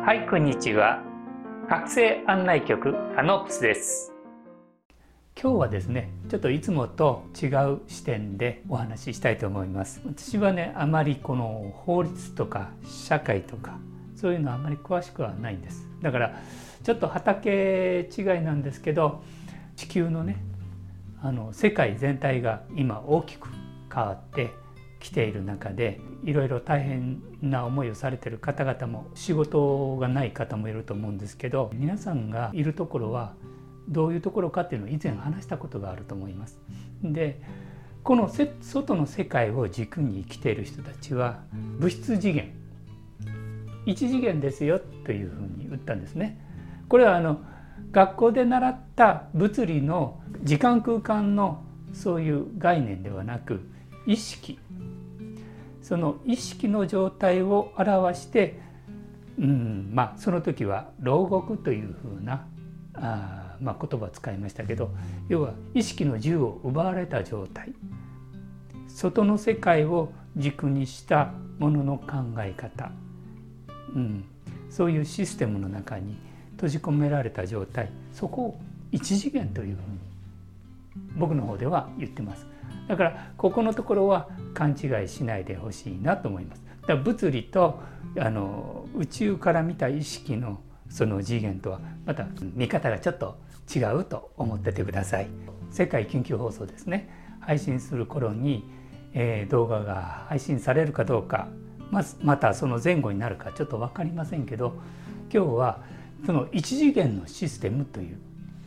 はい、こんにちは。学生案内局アノプスです。今日はですね、ちょっといつもと違う視点でお話ししたいと思います。私はね、あまりこの法律とか社会とかそういうのはあまり詳しくはないんです。だからちょっと畑違いなんですけど、地球のね、世界全体が今大きく変わってきている中で、いろいろ大変な思いをされている方々も、仕事がない方もいると思うんですけど、皆さんがいるところはどういうところかっていうのを以前話したことがあると思います。で、この外の世界を軸に生きている人たちは物質次元、一次元ですよというふうに言ったんですね。これは学校で習った物理の時間空間のそういう概念ではなく、意識、その意識の状態を表して、その時は牢獄というふうな言葉を使いましたけど、要は意識の自由を奪われた状態、外の世界を軸にしたものの考え方、そういうシステムの中に閉じ込められた状態、そこを一次元というふうに僕の方では言ってます。だからここのところは勘違いしないでほしいなと思います。だから物理と宇宙から見た意識のその次元とはまた見方がちょっと違うと思っててください。世界緊急放送ですね、配信する頃に、動画が配信されるかどうか、またその前後になるかちょっと分かりませんけど、今日はその一次元のシステムという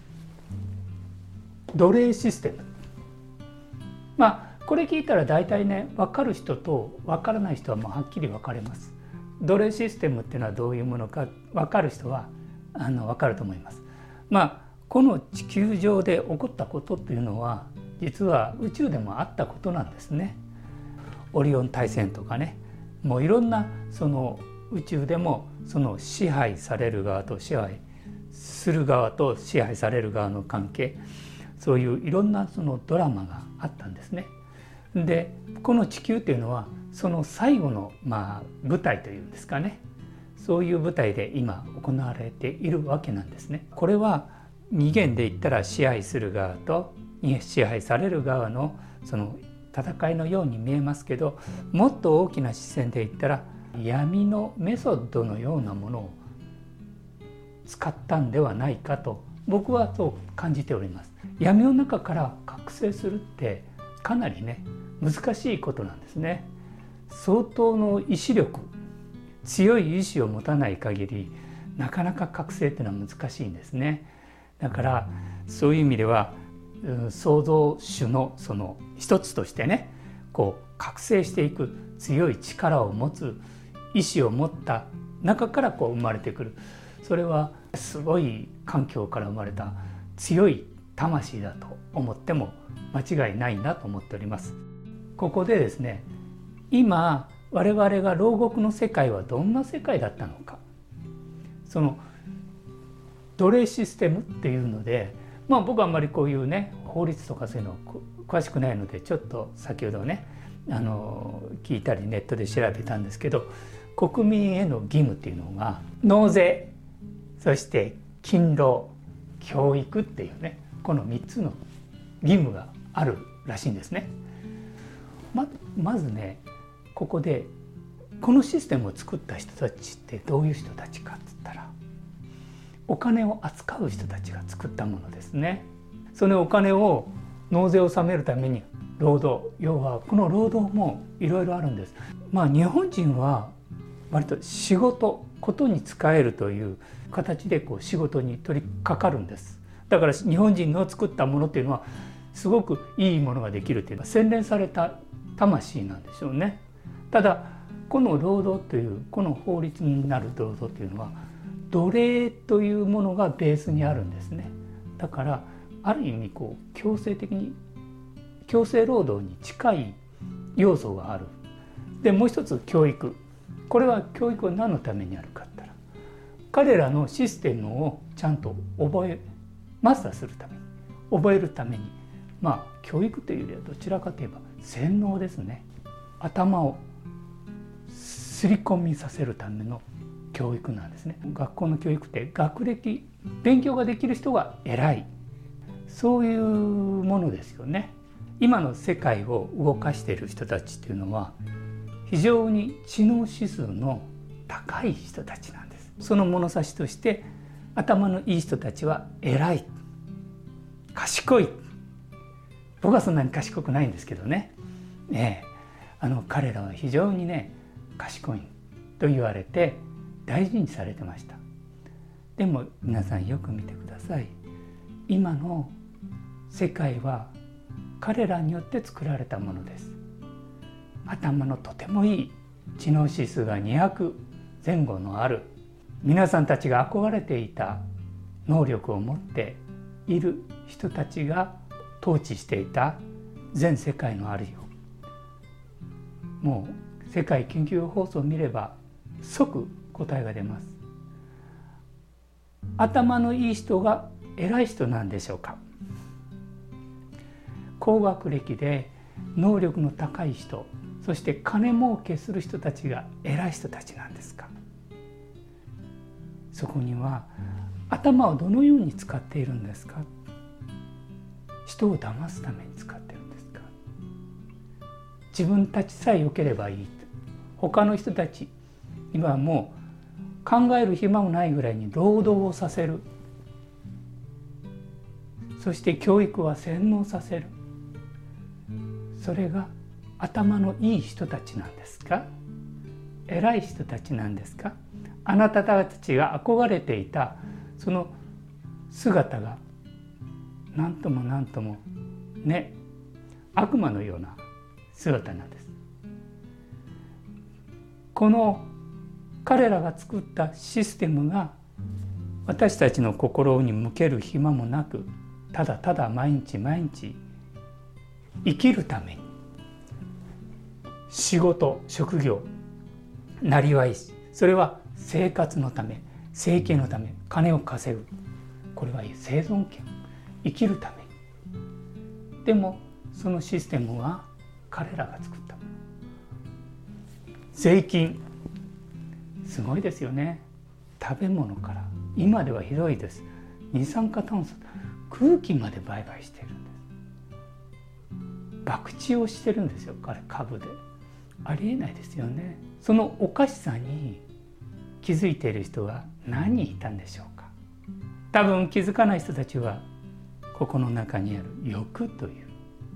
奴隷システム、これ聞いたら大体ね、分かる人と分からない人はもうはっきり分かれます。奴隷システムっていうのはどういうものか分かる人は分かると思います。この地球上で起こったことっていうのは実は宇宙でもあったことなんですね。オリオン大戦とかね、もういろんなその宇宙でもその支配される側と支配する側と支配される側の関係、そういういろんなそのドラマがあったんですね。で、この地球っていうのはその最後の舞台というんですかね、そういう舞台で今行われているわけなんですね。これは二元で言ったら支配する側と支配される側のその戦いのように見えますけど、もっと大きな視線で言ったら闇のメソッドのようなものを使ったんではないかと僕はそう感じております。闇の中から覚醒するってかなりね、難しいことなんですね。相当の意志力、強い意志を持たない限りなかなか覚醒っていうのは難しいんですね。だからそういう意味では創造主のその一つとしてね、覚醒していく強い力を持つ意志を持った中から生まれてくる、それはすごい環境から生まれた強い魂だと思っても間違いないなと思っております。ここでですね、今我々が牢獄の世界はどんな世界だったのか、その奴隷システムっていうので、僕はあんまりこういうね法律とかそういうの詳しくないので、ちょっと先ほどね聞いたりネットで調べたんですけど、国民への義務っていうのが納税、そして勤労、教育っていうね、この3つの義務があるらしいんですね。まずね、ここでこのシステムを作った人たちってどういう人たちかって言ったら、お金を扱う人たちが作ったものですね。そのお金を納税を納めるために労働、要はこの労働もいろいろあるんです。日本人は割と仕事、ことに使えるという形で仕事に取り掛かるんです。だから日本人の作ったものっていうのはすごくいいものができるというのは洗練された魂なんでしょうね。ただこの労働という、この法律になる労働というのは奴隷というものがベースにあるんですね。だからある意味強制的に強制労働に近い要素がある。でもう一つ教育、これは教育は何のためにあるかって言ったら、彼らのシステムをちゃんとマスターするために、覚えるために、教育というよりはどちらかといえば洗脳ですね。頭を刷り込みさせるための教育なんですね。学校の教育って学歴、勉強ができる人が偉い、そういうものですよね。今の世界を動かしている人たちっていうのは非常に知能指数の高い人たちなんです。その物差しとして頭のいい人たちは偉い、賢い。僕はそんなに賢くないんですけどね。彼らは非常にね賢いと言われて大事にされてました。でも皆さんよく見てください。今の世界は彼らによって作られたものです。頭のとてもいい知能指数が200前後のある皆さんたちが憧れていた能力を持っている人たちが統治していた全世界のあるよ。もう世界緊急放送を見れば即答えが出ます。頭のいい人が偉い人なんでしょうか。高学歴で能力の高い人、そして金儲けする人たちが偉い人たちなんですか。そこには頭をどのように使っているんですか。人を騙すために使っているんですか。自分たちさえ良ければいい、他の人たちにはもう考える暇もないぐらいに労働をさせる、そして教育は洗脳させる。それが頭のいい人たちなんですか。偉い人たちなんですか。あなたたちが憧れていたその姿が何とも何ともね、悪魔のような姿なんです。この彼らが作ったシステムが私たちの心に向ける暇もなく、ただただ毎日毎日生きるために仕事、職業、なりわい、それは生活のため、生計のため、金を稼ぐ、これは生存権、生きるために。でもそのシステムは彼らが作ったもの。税金すごいですよね。食べ物から今ではひどいです。二酸化炭素、空気まで売買しているんです。博打をしてるんですよ、彼株で。ありえないですよね。そのおかしさに気づいている人は何人いたんでしょうか。多分気づかない人たちはここの中にある欲という、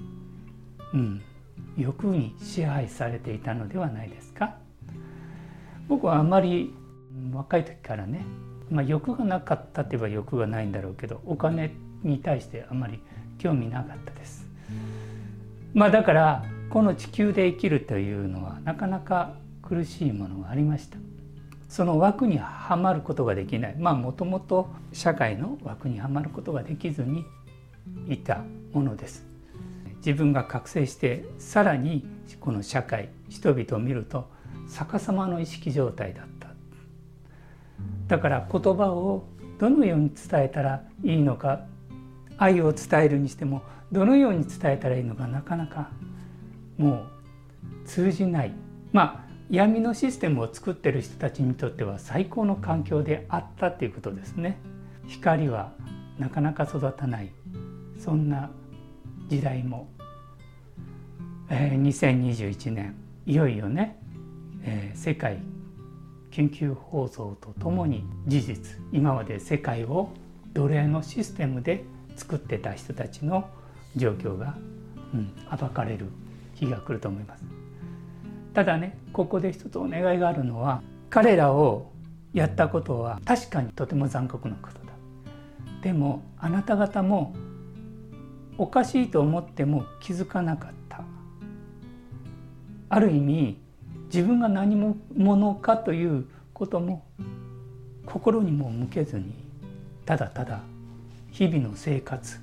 欲に支配されていたのではないですか。僕はあまり若い時からね、欲がなかったといえば欲がないんだろうけど、お金に対してあまり興味なかったです。だからこの地球で生きるというのはなかなか苦しいものがありました。その枠にはまることができない、もともと社会の枠にはまることができずにいたものです。自分が覚醒してさらにこの社会、人々を見ると逆さまの意識状態だった。だから言葉をどのように伝えたらいいのか、愛を伝えるにしてもどのように伝えたらいいのか、なかなかもう通じない。闇のシステムを作っている人たちにとっては最高の環境であったということですね。光はなかなか育たない、そんな時代も、2021年いよいよね、世界緊急放送とともに事実、今まで世界を奴隷のシステムで作ってた人たちの状況が、暴かれる日が来ると思います。ただね、ここで一つお願いがあるのは、彼らをやったことは確かにとても残酷なことだ。でもあなた方もおかしいと思っても気づかなかった。ある意味自分が何者かということも心にも向けずに、ただただ日々の生活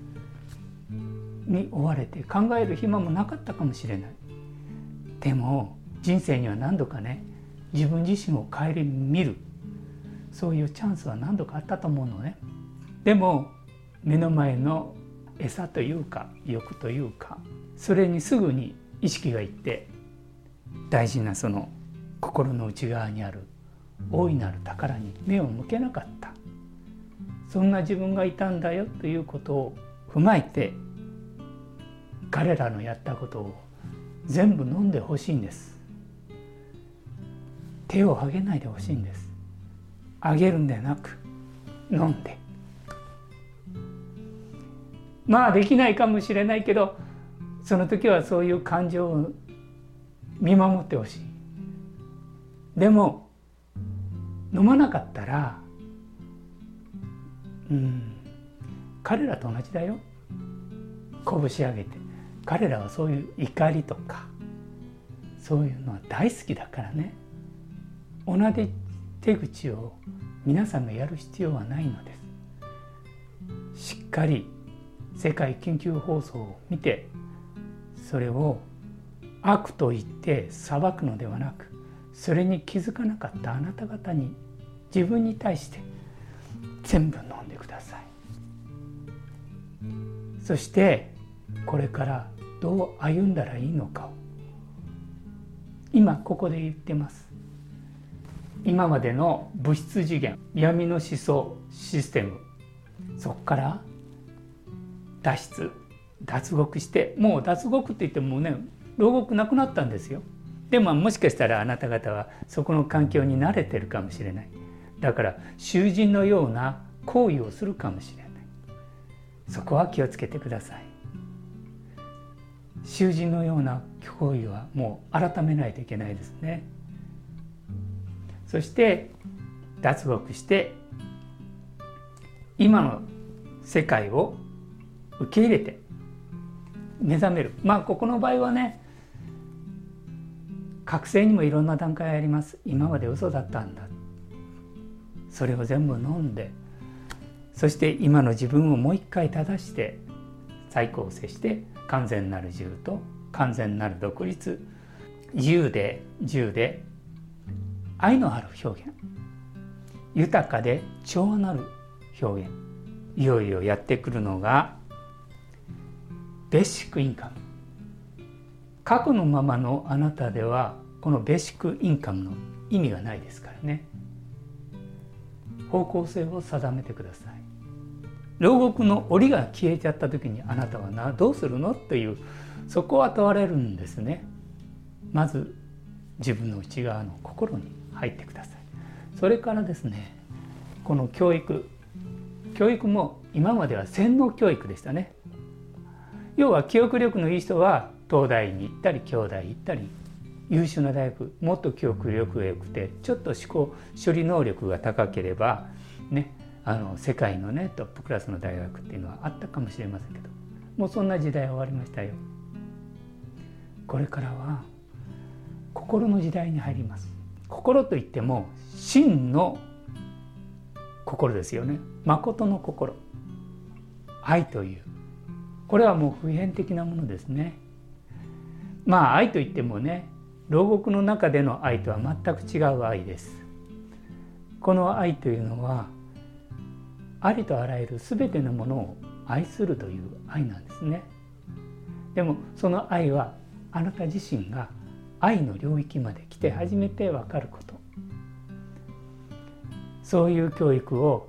に追われて考える暇もなかったかもしれない。でも人生には何度かね、自分自身を顧みる、そういうチャンスは何度かあったと思うのね。でも目の前の餌というか欲というか、それにすぐに意識がいって、大事なその心の内側にある大いなる宝に目を向けなかった。そんな自分がいたんだよということを踏まえて、彼らのやったことを全部飲んでほしいんです。手を挙げないでほしいんです。挙げるんではなく飲んで、まあできないかもしれないけど、その時はそういう感情を見守ってほしい。でも飲まなかったら、彼らと同じだよ。拳上げて、彼らはそういう怒りとかそういうのは大好きだからね。同じ手口を皆さんがやる必要はないのです。しっかり世界緊急放送を見て、それを悪と言って裁くのではなく、それに気づかなかったあなた方に、自分に対して全部飲んでください。そしてこれからどう歩んだらいいのかを今ここで言ってます。今までの物質次元、闇の思想システム、そこから脱獄して、もう脱獄って言ってもね、牢獄なくなったんですよ。でももしかしたらあなた方はそこの環境に慣れてるかもしれない。だから囚人のような行為をするかもしれない。そこは気をつけてください。囚人のような行為はもう改めないといけないですね。そして脱獄して今の世界を受け入れて目覚める。ここの場合はね、覚醒にもいろんな段階あります。今まで嘘だったんだ、それを全部飲んで、そして今の自分をもう一回正して再構成して、完全なる自由と完全なる独立、自由で愛のある表現、豊かで調和なる表現、いよいよやってくるのがベーシックインカム。過去のままのあなたではこのベーシックインカムの意味がないですからね。方向性を定めてください。牢獄の檻が消えちゃった時にあなたはどうするのという、そこは問われるんですね。まず自分の内側の心に入ってください。それからですね、この教育も今までは洗脳教育でしたね。要は記憶力のいい人は東大に行ったり京大行ったり、優秀な大学、もっと記憶力が良くてちょっと思考処理能力が高ければね、世界のねトップクラスの大学っていうのはあったかもしれませんけど、もうそんな時代は終わりましたよ。これからは心の時代に入ります。心といっても真の心ですよね。誠の心、愛という、これはもう普遍的なものですね。愛といってもね、牢獄の中での愛とは全く違う愛です。この愛というのはありとあらゆる全てのものを愛するという愛なんですね。でもその愛はあなた自身が愛の領域まで来て初めて分かること。そういう教育を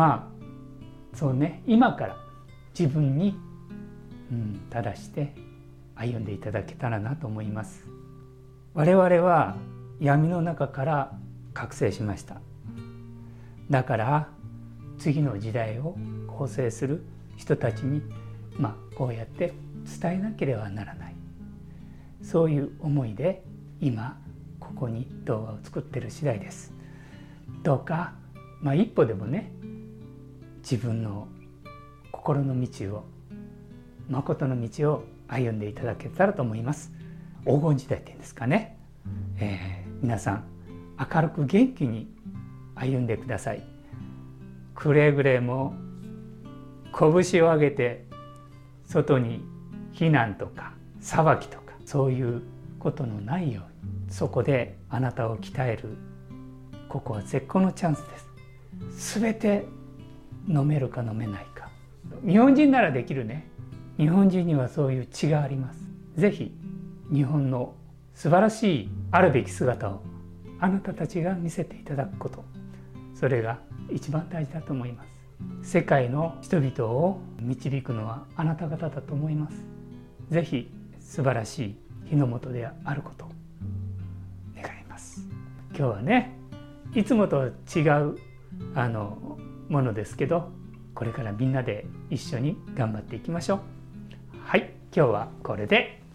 今から自分に正して歩んでいただけたらなと思います。我々は闇の中から覚醒しました。だから次の時代を構成する人たちにこうやって伝えなければならない、そういう思いで今ここに動画を作っている次第です。どうか一歩でもね、自分の心の道を、誠の道を歩んでいただけたらと思います。黄金時代っていうんですかね、皆さん明るく元気に歩んでください。くれぐれも拳を上げて外に非難とか裁きとかそういうことのないように、そこであなたを鍛える、ここは絶好のチャンスです。すべて飲めるか飲めないか、日本人ならできるね。日本人にはそういう血があります。ぜひ日本の素晴らしいあるべき姿をあなたたちが見せていただくこと、それが一番大事だと思います。世界の人々を導くのはあなた方だと思います。ぜひ素晴らしい日の下であることを願います。今日はね、いつもと違うものですけど、これからみんなで一緒に頑張っていきましょう。はい、今日はこれで